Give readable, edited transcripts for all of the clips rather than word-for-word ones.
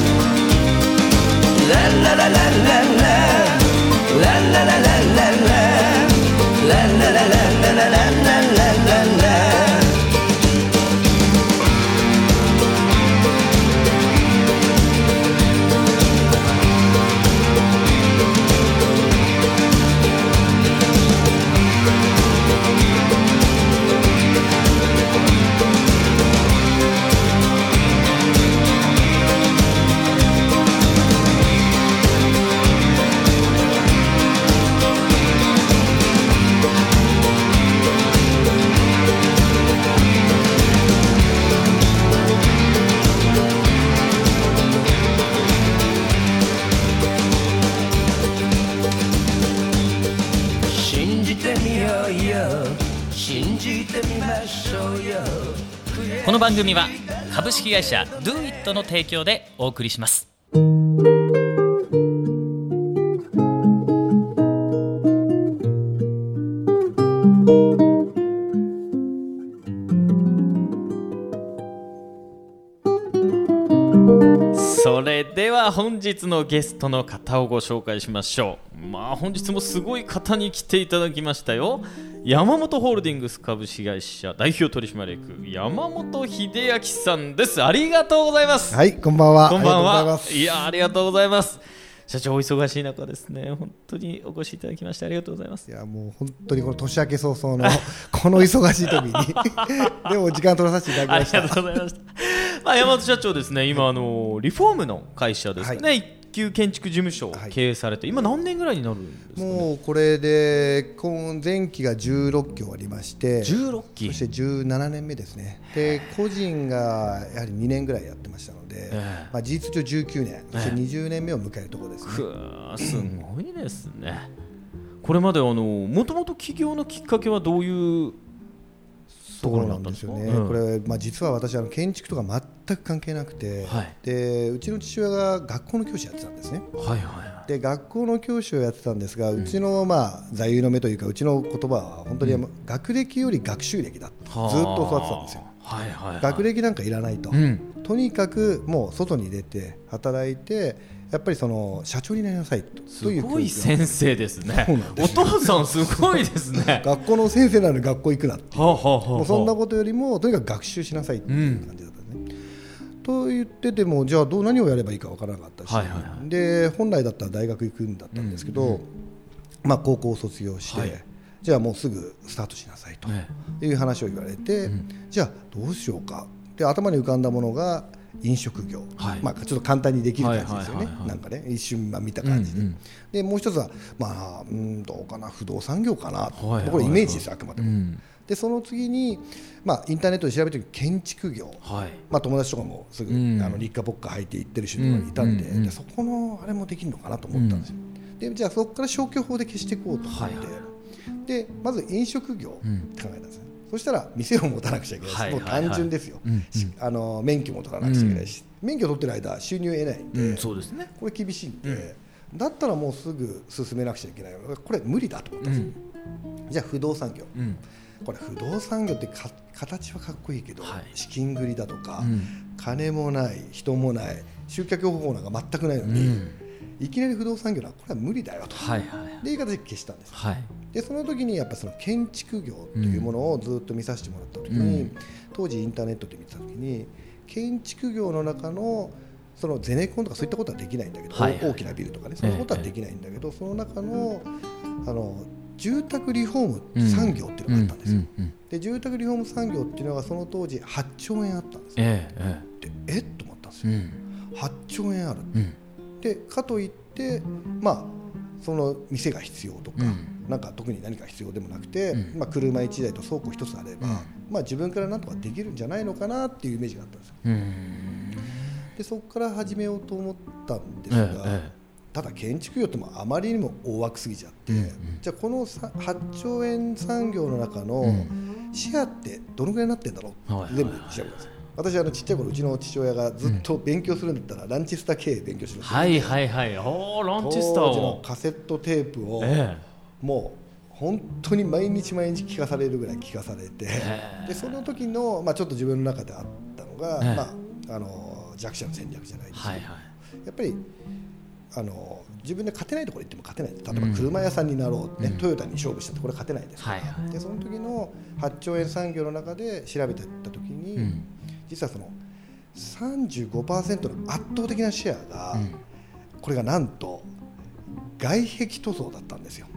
この番組は株式会社 Do-It の提供でお送りします。それでは本日のゲストの方をご紹介しましょう。本日もすごい方に来ていただきましたよ。山本ホールディングス株式会社代表取締役山本秀明さんです。ありがとうございます。 はい、こんばんは。 こんばんは。いや、ありがとうございます。社長、お忙しい中ですね、本当にお越しいただきましてありがとうございます。 いや、もう本当にこの年明け早々のこの忙しい時にでも時間取らさせていただきました。 ありがとうございました。山本社長ですね、今リフォームの会社ですね、 はい、 級建築事務所を経営されて、今何年ぐらいになるんですかね。 もうこれで前期が16期終わりまして 16期、 そして17年目ですね。で個人がやはり2年ぐらいやってましたので、事実上19年、そして20年目を迎えるところですね。 すごいですね。これまでもともと起業のきっかけはどういうところなんですよね。 これ、実は私建築とか全く関係なくて、でうちの父親が学校の教師やってたんですね。で学校の教師をやってたんですが、うちの座右の銘というか、うちの言葉は本当に学歴より学習歴だとずっと教わってたんですよ。学歴なんかいらないと、とにかくもう外に出て働いて、やっぱりその社長になりなさいと。 すごい先生ですね。お父さんすごいですね。 学校の先生なのに学校行くなっていう、もうそんなことよりもとにかく学習しなさいっていう感じだったんですね。と言ってても、じゃあ何をやればいいか分からなかったし、で本来だったら大学行くんだったんですけど、高校を卒業して、じゃあもうすぐスタートしなさいという話を言われて、じゃあどうしようかで頭に浮かんだものが飲食業、ちょっと簡単にできる感じですよね。なんかね、一瞬見た感じで、でもう一つはどうかな、不動産業かな、これイメージですよ、あくまでも。でその次に、インターネットで調べて建築業、友達とかもすぐ立夏ポッカ履いて行ってる人がいたんで、でそこのあれもできるのかなと思ったんですよ。でじゃあそこから消去法で消していこうと思って、でまず飲食業って考えたんですよ。そしたら店を持たなくちゃいけないし、もう単純ですよ。免許も取らなくちゃいけないし、免許取ってる間収入を得ないんで、これ厳しいんで、だったらもうすぐ進めなくちゃいけないので、これ無理だと思ったんですよ。じゃあ不動産業、これ不動産業って形はかっこいいけど、資金繰りだとか、金もない人もない集客方法なんか全くないのに、いきなり不動産業はこれは無理だよと、でいう形で消したんです。でその時にやっぱその建築業というものをずっと見させてもらった時に、当時インターネットで見てた時に、建築業の中のそのゼネコンとかそういったことはできないんだけど、大きなビルとかね、そういうことはできないんだけど、その中の住宅リフォーム産業っていうのがあったんですよ。で住宅リフォーム産業っていうのがその当時8兆円あったんですよ。でと思ったんですよ。8兆円ある、でかといってその店が必要とか、なんか特に何か必要でもなくて、車1台と倉庫1つあれば、自分からなんとかできるんじゃないのかなっていうイメージがあったんですよ。でそこから始めようと思ったんですが、ただ建築業ってもあまりにも大枠すぎちゃって、じゃあこの8兆円産業の中のシェアってどのぐらいになってるんだろう、全部調べたんですよ。私ちっちゃい頃、うちの父親がずっと勉強するんだったら、ランチスター経営勉強してるんですよ。 ランチスター当時のカセットテープを、もう本当に毎日聞かされるぐらい聞かされて、でその時の、ちょっと自分の中であったのが、弱者の戦略じゃないですけど、やっぱり自分で勝てないところに行っても勝てない。例えば車屋さんになろう、トヨタに勝負したってこれ勝てないですから、でその時の8兆円産業の中で調べていった時に、実はその 35% の圧倒的なシェアが、これがなんと外壁塗装だったんですよ。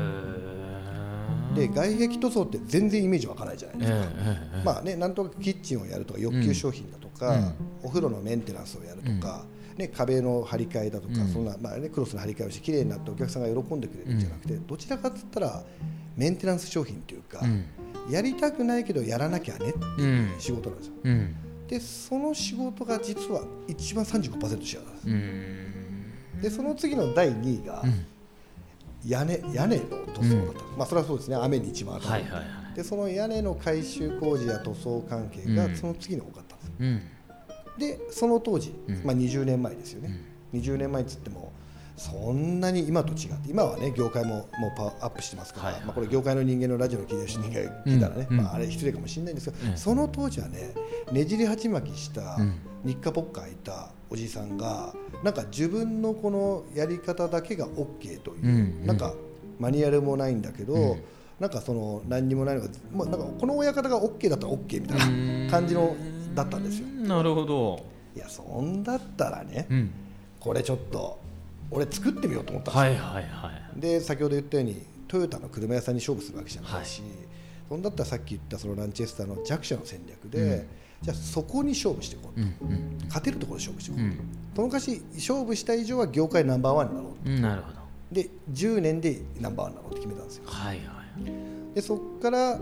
で外壁塗装って全然イメージ湧かないじゃないですか。なんとなくキッチンをやるとか浴級商品だとか、お風呂のメンテナンスをやるとか、壁の張り替えだとか、そんなクロスの張り替えをしてきれいになってお客さんが喜んでくれるんじゃなくて、どちらかといったらメンテナンス商品というか、やりたくないけどやらなきゃねっていう仕事なんですよ。でその仕事が実は一番 35% シェアなんです。でその次の第2位が屋根の塗装だった。それはそうですね、雨に一番当たる。でその屋根の改修工事や塗装関係がその次に多かったんです。でその当時、20年前ですよね。20年前につってもそんなに今と違って、今はね業界ももうパワーアップしてますから、これ業界の人間のラジオの聞いてる人が聞いたらね、あれ失礼かもしれないんですけど、その当時はね、ねじり鉢巻きした日課ポッカーいたおじさんが、なんか自分のこのやり方だけが OK という、なんかマニュアルもないんだけど、なんかその何にもないのが、なんかこの親方が OK だったら OK みたいな感じのだったんですよ。 なるほど。 いやそんだったらね、これちょっと俺作ってみようと思ったんですよ。で先ほど言ったようにトヨタの車屋さんに勝負するわけじゃないし、そんだったらさっき言ったそのランチェスターの弱者の戦略で、 じゃあそこに勝負していこうと、勝てるところで勝負していこうと、その昔勝負した以上は業界ナンバーワンになろうと、 なるほど。 で10年でナンバーワンになろうって決めたんですよ。 はいはい。 でそこから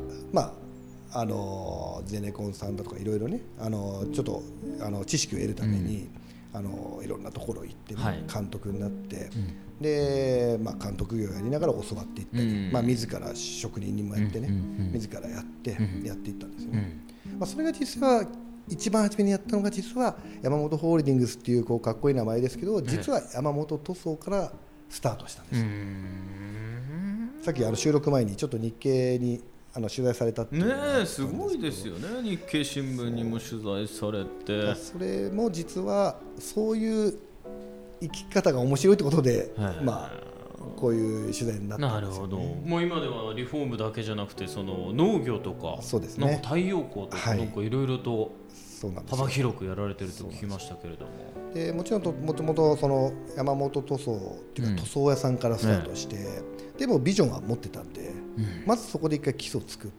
ゼネコンさんだとかいろいろねちょっと知識を得るために、いろんなところ行ってね、監督になって、で、監督業をやりながら教わっていったり、自ら職人にもやってね、自らやっていったんですよね。それが実は一番初めにやったのが実は山本ホールディングスっていうかっこいい名前ですけど、実は山本塗装からスタートしたんですよ。さっき収録前にちょっと日経に取材されたっていうね、すごいですよね。日経新聞にも取材されて、 それも実はそういう生き方が面白いってことで、こういう取材になったんですよね。なるほど。 もう今ではリフォームだけじゃなくて農業とか、 そうですね、 なんか太陽光とか、なんかいろいろと幅広くやられてると聞きましたけれども、 でもちろんもともと山本塗装っていうか塗装屋さんからスタートして、でもビジョンは持ってたんで、まずそこで一回基礎を作って、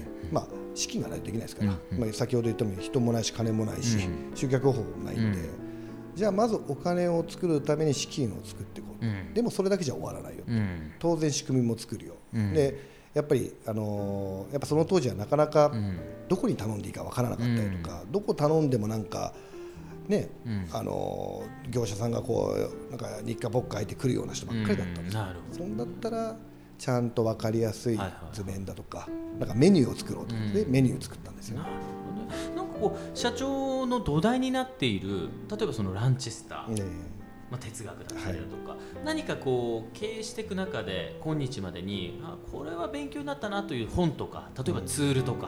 資金がないとできないですから、先ほど言ったように人もないし金もないし、集客方法もないんで、じゃあまずお金を作るために資金を作っていこう、でもそれだけじゃ終わらないよ、当然仕組みも作るよ、でやっぱりやっぱその当時はなかなかどこに頼んでいいか分からなかったりとか、どこ頼んでもなんかね、業者さんがなんか日課ぼっか開いてくるような人ばっかりだったんですよ。そんだったらちゃんと分かりやすい図面だとか、なんかメニューを作ろうとでメニューを作ったんですよ。 なるほどね。なんか社長の土台になっている、例えばそのランチェスター、哲学だったりだとか、何か経営していく中で今日までにこれは勉強になったなという本とか、例えばツールとか、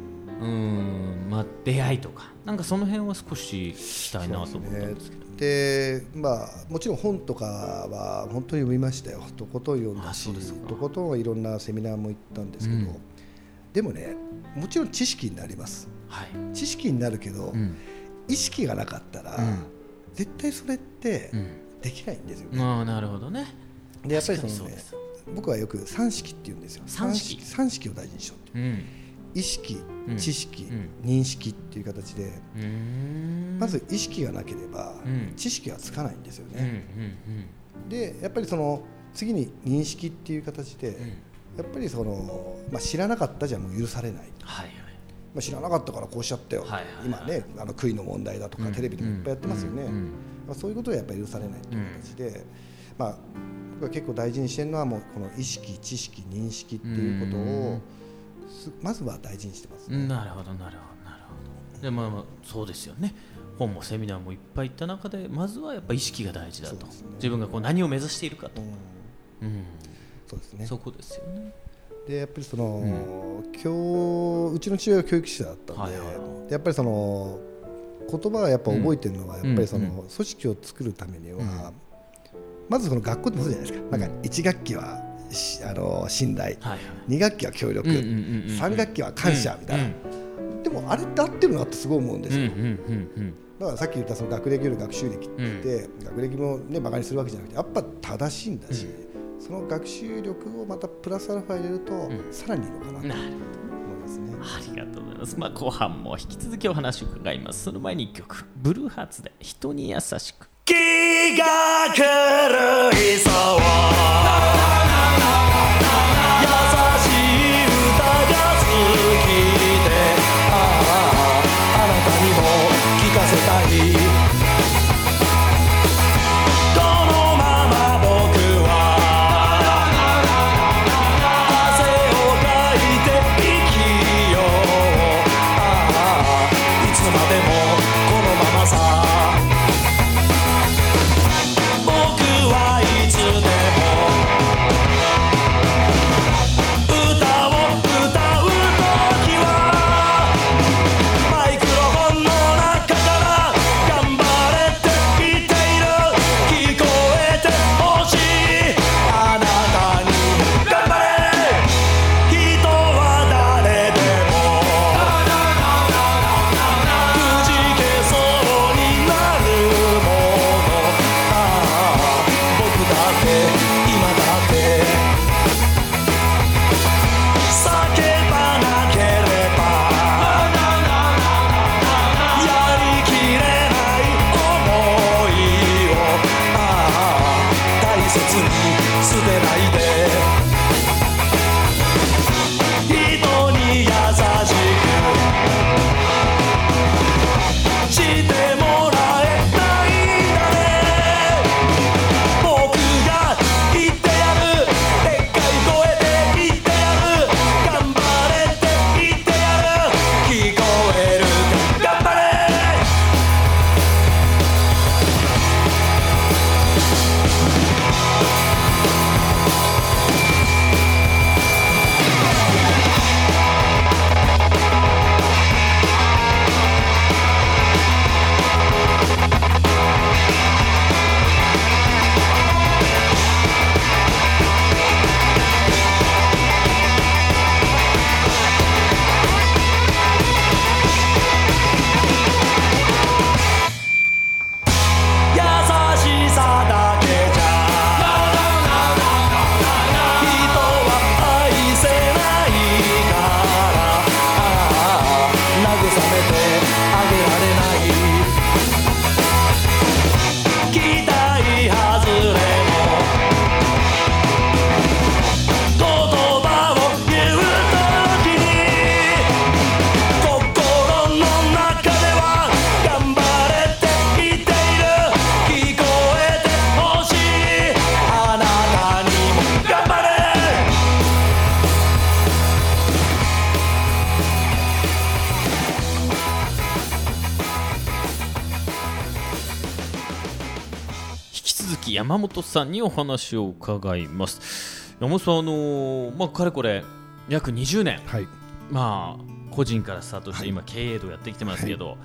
出会いとか、なんかその辺は少し聞きたいなと思ったんですけど。 でもちろん本とかは本当に読みましたよ。とことん読んだし、とことんいろんなセミナーも行ったんですけど、でもね、もちろん知識になります、知識になるけど、意識がなかったら、絶対それってできないんですよね。 なるほどね。 でやっぱり僕はよく三式って言うんですよ。三式を大事にしようって、意識、知識、認識っていう形で、まず意識がなければ知識はつかないんですよね。でやっぱり次に認識っていう形で、やっぱり知らなかったじゃもう許されない、知らなかったからこうしちゃったよ、今ね悔いの問題だとかテレビでもいっぱいやってますよね。そういうことはやっぱり許されないという形で、僕は結構大事にしてるのはもうこの意識、知識、認識っていうことをまずは大事にしてますね。 なるほど。でそうですよね。本もセミナーもいっぱい行った中で、まずはやっぱ意識が大事だと、自分が何を目指しているかと、 そうですね。 そこですよね。 でやっぱりうちの父親は教育者だったんで、やっぱり言葉がやっぱ覚えてるのは、やっぱり組織を作るためには、まず学校ってそうじゃないですか。なんか1学期は信頼、2学期は協力、3学期は感謝みたいな、でもあれって合ってるなってすごい思うんですよ。だからさっき言った学歴より学習歴って、学歴もねバカにするわけじゃなくて、やっぱ正しいんだし、その学習力をまたプラスアルファ入れると、さらにいいのかなと思いますね。 ありがとうございます。後半も引き続きお話を伺います。その前に1曲、ブルーハーツで人に優しく。 気が狂いそう、優しい歌が好きで、あなたにも聞かせたい。このまま僕は汗をかいて生きよう、いつまでもこのままさ。僕はいつでも山本さんにお話を伺います。山本さん、かれこれ約20年、 はい、 個人からスタートして今経営をやってきてますけど、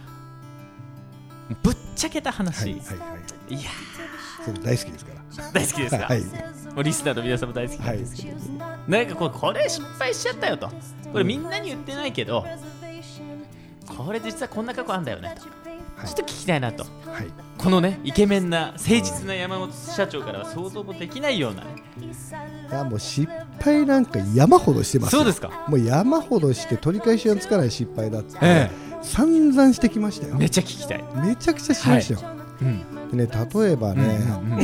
ぶっちゃけた話、いやそれ大好きですから大好きですか、 はい、 もうリスナーの皆さんも大好きなんですけど、なんかこれ失敗しちゃったよと、これみんなに言ってないけど、これ実はこんな過去あんだよねと、ちょっと聞きたいなと、このねイケメンな誠実な山本社長からは想像もできないようなね。 いやもう失敗なんか山ほどしてますよ。 そうですか。 もう山ほどして取り返しがつかない失敗だって、散々してきましたよ。 めっちゃ聞きたい。 めちゃくちゃしましたよ、でね、例えばね、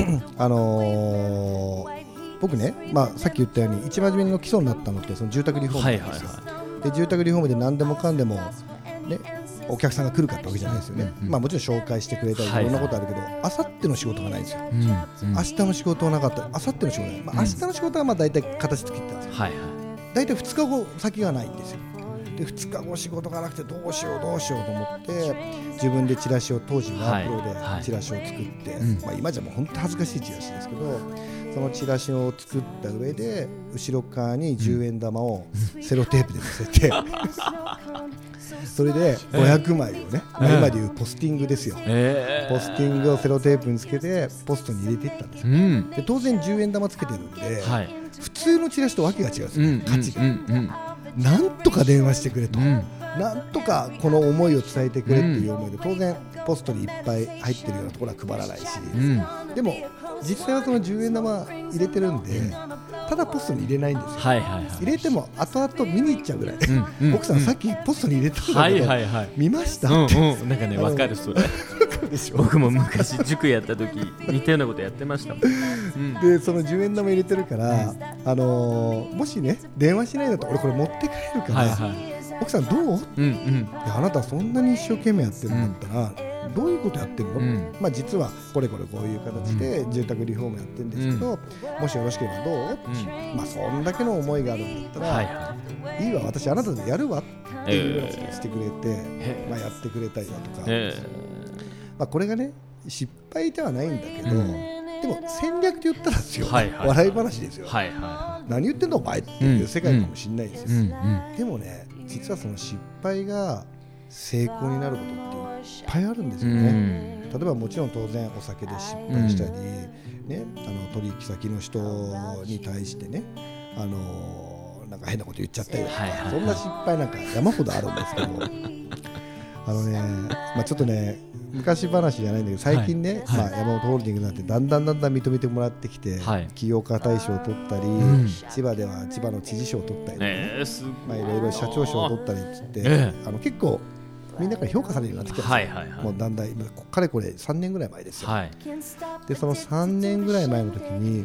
僕ね、さっき言ったように一番初めの基礎になったのってその住宅リフォームなんですよ、で住宅リフォームで何でもかんでも、ね、お客さんが来るかってわけじゃないですよね、もちろん紹介してくれたりいろんなことあるけど、あさっての仕事がないんですよ、明日の仕事はなかった、あさっての仕事がない、明日の仕事は大体形作ってたんですよ、大体2日後先がないんですよ。で2日後仕事がなくてどうしようと思って自分でチラシを、当時ワープロでチラシを作って、今じゃもう本当恥ずかしいチラシですけど、そのチラシを作った上で後ろ側に10円玉をセロテープで載せて、それで500枚をね、今でいうポスティングですよ、ポスティングをセロテープにつけてポストに入れていったんですよ、で当然10円玉つけてるんで、普通のチラシとわけが違うんですよ、価値が、なんとか電話してくれと、なんとかこの思いを伝えてくれっていう思いで、当然ポストにいっぱい入ってるようなところは配らないし、でも実際はその10円玉入れてるんで、ただポストに入れないんですよ、入れても後々見に行っちゃうぐらい、奥さんさっきポストに入れたんだけど、見ましたって、 なんかね分かるそれ僕も昔塾やった時似たようなことやってましたもん、 でその10円玉入れてるから、もしね電話しないんだと俺これ持って帰るから、奥さんどう、あなたそんなに一生懸命やってるんだったら、どういうことやってるの、実はこれこういう形で住宅リフォームやってるんですけど、もしよろしければどう、そんだけの思いがあるんだったら、いいわ私あなたでやるわっていうのをしてくれて、やってくれたりだとか、これがね失敗ではないんだけど、でも戦略で言ったらですよ、笑い話ですよ、何言ってんのお前っていう世界かもしれないですよ、でもね実はその失敗が成功になることっていっぱいあるんですよね、例えばもちろん当然お酒で失敗したり、取引先の人に対してねなんか変なこと言っちゃったりとか、そんな失敗なんか山ほどあるんですけどちょっとね昔話じゃないんだけど最近ね、山本ホールディングスなんてだんだん認めてもらってきて、起業家大賞を取ったり、千葉では千葉の知事賞を取ったり、いろいろ社長賞を取ったりって言って、結構みんなから評価されるようになってきたんですよ、もうだんだんかれこれ3年ぐらい前ですよ、でその3年ぐらい前の時に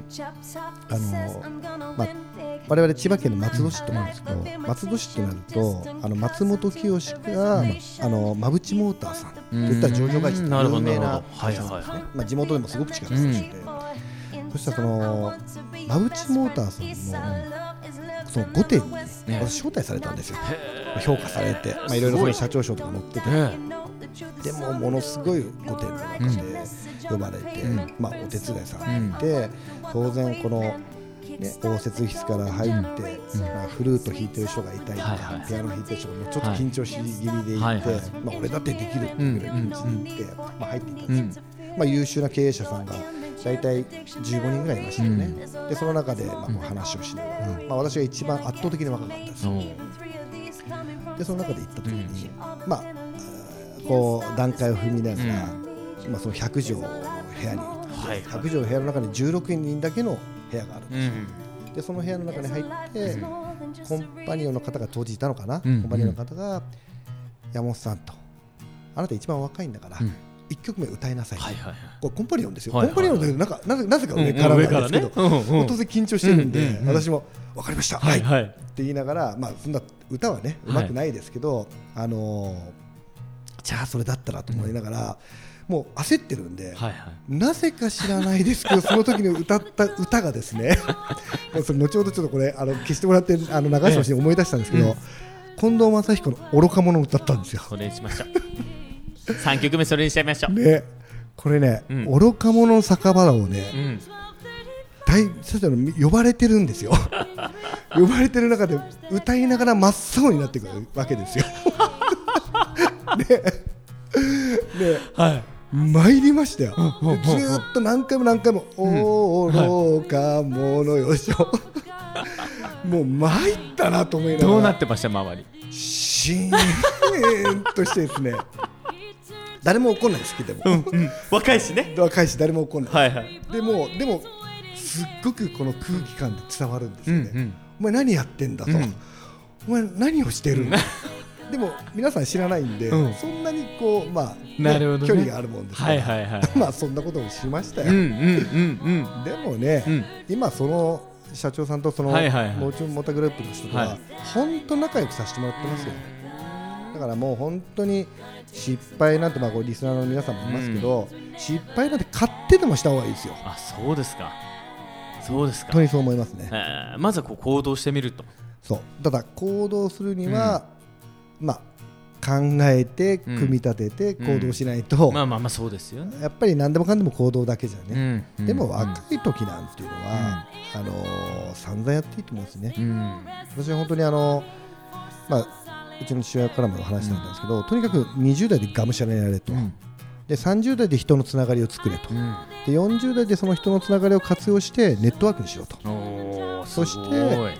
我々千葉県の松戸市って思うんですけど、松戸市ってなると松本清が馬淵モーターさんといった上場会社の有名な会社なんですね、地元でもすごく力をしてて、そしたらその馬淵モーターさんのその5店に私招待されたんですよ、評価されて、いろいろその社長賞とか載ってて、でもものすごい5店の中で呼ばれて、お手伝いさんがいて、当然この応接室から入って、フルート弾いてる人がいたりとか、ピアノ弾いてる人がちょっと緊張し気味でいて、俺だってできるっていうぐらい感じにいって入っていったんですよ、優秀な経営者さんが大体15人ぐらいいましたよね、でその中で話をしながら、私が一番圧倒的に若かったですよ、でその中で行った時に、こう段階を踏みながら、その100畳の部屋に行って、100畳の部屋の中に16人だけの部屋があるんですよ、でその部屋の中に入って、コンパニオンの方が当時いたのかな、コンパニオンの方が山本さんと、あなた一番若いんだから、1曲目歌いなさい、これコンパニオンですよ、コンパニオンでなぜか上からなんですけど、当然緊張してるんで、私も分かりました、はいって言いながら、そんな歌はねうまくないですけど、じゃあそれだったらと思いながら、もう焦ってるんで、なぜか知らないですけどその時に歌った歌がですねそれ後ほどちょっとこれ消してもらって流してほしい思い出したんですけど、近藤正彦の愚か者を歌ったんですよ。 それにしましょう3曲目それにしちゃいましょうね。 これね、愚か者の酒場をね、呼ばれてるんですよ呼ばれてる中で歌いながら真っ青になっていくわけですよで、参りましたよ、ずっと何回も愚か者よしょもう参ったなと思いながら。 どうなってました周り。 シーンとしてですね誰も怒んないですけども、 若いしね、 若いし誰も怒んない、でもすっごくこの空気感で伝わるんですよね、お前何やってんだと、お前何をしてるんだでも皆さん知らないんで、そんなにこうなるほど、距離があるもんですから、そんなことをしましたよ、でもね、今その社長さんとそのモーチョンモーターグループの人とは本当仲良くさせてもらってますよ。だからもう本当に失敗なんてこうリスナーの皆さんもいますけど、失敗なんて買ってでもした方がいいですよ。 あ、そうですか。そうですか。 本当にそう思いますね。 まずはこう行動してみると。 そう。ただ行動するには、考えて組み立てて行動しないと、 そうですよね。 やっぱり何でもかんでも行動だけじゃね、でも若い時なんていうのは、散々やっていいと思うんですね、私は本当にうちの父親からも話したんですけど、とにかく20代でがむしゃらにやれと、で30代で人のつながりを作れと、で40代でその人のつながりを活用してネットワークにしろと、そして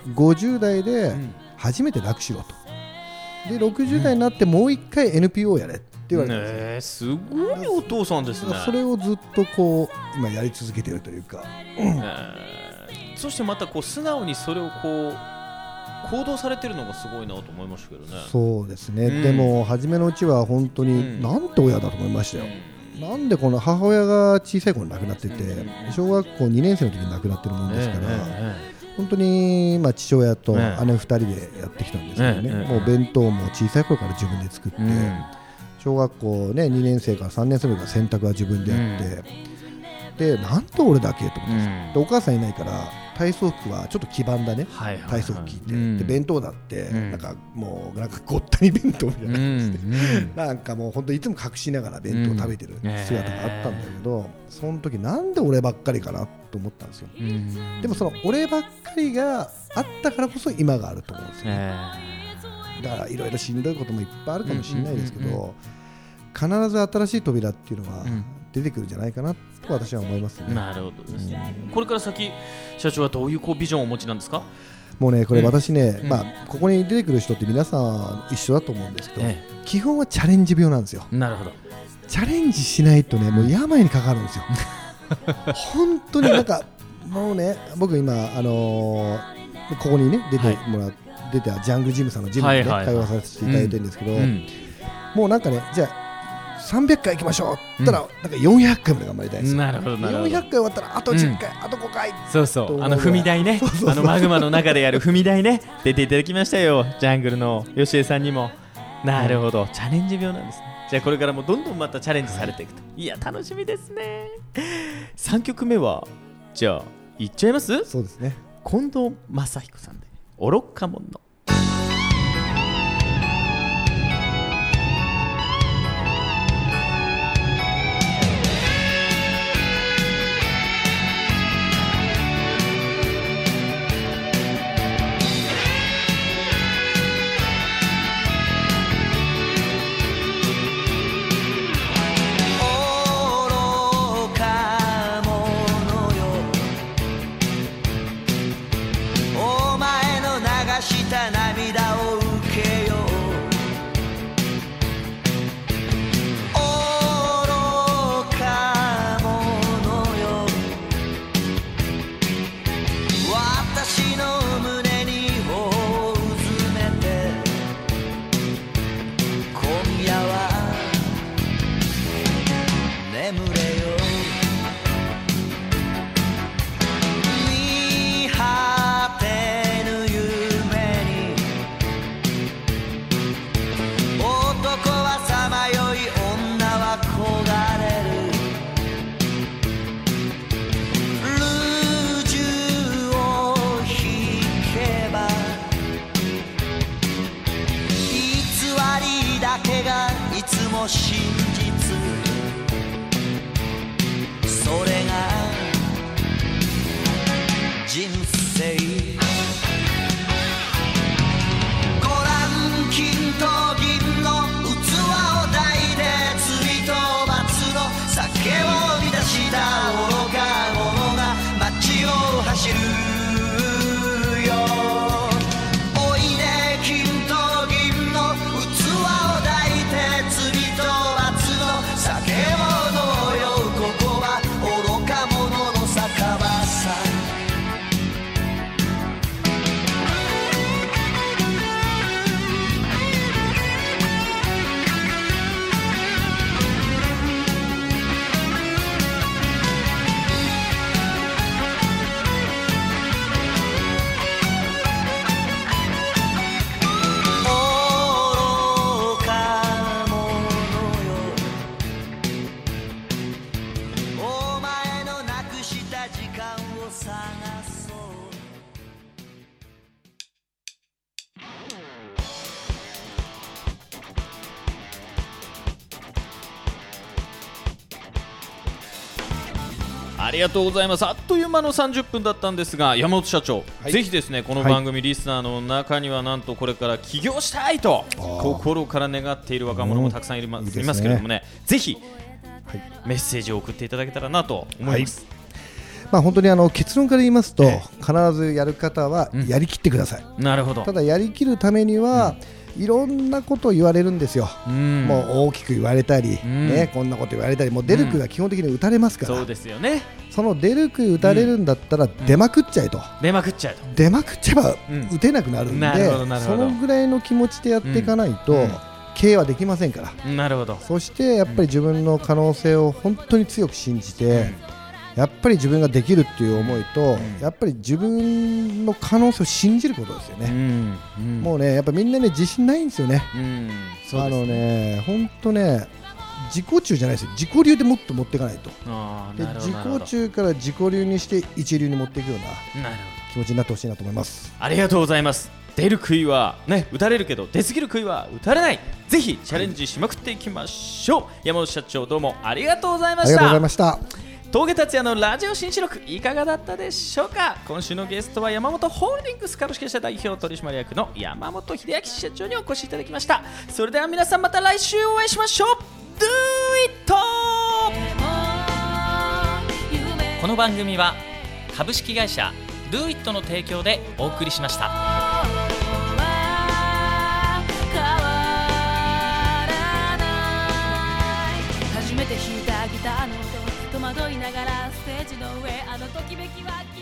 50代で初めて楽しろと、で60代になってもう一回 NPO をやれって言われたんですよ。 すごいお父さんですね。 それをずっとこう今やり続けているというか、 そしてまたこう素直にそれをこう行動されてるのがすごいなと思いましたけどね。 そうですね、でも初めのうちは本当になんて親だと思いましたよ、なんでこの母親が小さい頃に亡くなってて、小学校2年生の時に亡くなってるもんですから、本当に父親と姉2人でやってきたんですけどね、もう弁当も小さい頃から自分で作って、小学校2年生から3年生まで洗濯は自分でやって、でなんで俺だけと思って、でお母さんいないから体操服はちょっと黄ばんだね、体操服着て、で弁当だってなんかもうなんかごったに弁当みたいな感じで、なんかもう本当いつも隠しながら弁当食べてる姿があったんだけど、その時なんで俺ばっかりかなと思ったんですよ。でもその俺ばっかりがあったからこそ今があると思うんですよ。だからいろいろしんどいこともいっぱいあるかもしれないですけど、必ず新しい扉っていうのは出てくるんじゃないかなと私は思いますね。 なるほどですね。これから先社長はどういうビジョンをお持ちなんですか？ もうねこれ私ね、ここに出てくる人って皆さん一緒だと思うんですけど、基本はチャレンジ病なんですよ。 なるほど。チャレンジしないとねもう病にかかるんですよ本当になんかもうね、僕今ここにね出てもらって出てジャングルジムさんのジムで会話させていただいてるんですけど、もうなんかね、じゃあ300回行きましょうって言ったら、なんか400回まで頑張りたいんですよ。 なるほどなるほど。 400回終わったらあと10回、あと5回。 そうそう、踏み台ね、マグマの中でやる踏み台ね、出ていただきましたよ、ジャングルの吉江さんにも。なるほど、チャレンジ病なんですね。じゃあこれからもどんどんまたチャレンジされていくと、いや楽しみですね。3曲目はじゃあいっちゃいます？ そうですね。 近藤正彦さんで愚か者。 下ありがとうございます。あっという間の30分だったんですが、山本社長、 はい、 ぜひですねこの番組リスナーの中にはなんとこれから起業したいと心から願っている若者もたくさんいますけれどもね、ぜひ、メッセージを送っていただけたらなと思います。 本当に結論から言いますと、必ずやる方はやりきってください。 なるほど。ただやりきるためには、いろんなことを言われるんですよ。もう大きく言われたり、こんなこと言われたり、もう出る杭は基本的に打たれますから、 そうですよね。 その出る杭打たれるんだったら出まくっちゃえと、出まくっちゃえば打てなくなるんで、そのぐらいの気持ちでやっていかないと、経営はできませんから。 なるほど。 そしてやっぱり自分の可能性を本当に強く信じて、やっぱり自分ができるっていう思いと、やっぱり自分の可能性を信じることですよね。もうね、やっぱみんなね自信ないんですよね。本当ね、自己中じゃないですよ。自己流でもっと持っていかないと。で自己中から自己流にして一流に持っていくような気持ちになってほしいなと思います。 ありがとうございます。出る杭はね打たれるけど、出過ぎる杭は打たれない。ぜひチャレンジしまくっていきましょう。山本社長、どうもありがとうございました。 ありがとうございました。 峠達也のラジオ新四録、いかがだったでしょうか。今週のゲストは山本ホールディングス株式会社代表取締役の山本秀明社長にお越しいただきました。それでは皆さん、また来週お会いしましょう。 Do it! この番組は株式会社 Do it の提供でお送りしました。初めて弾いたギターの音、戸惑いながらステージの上、あのときめきは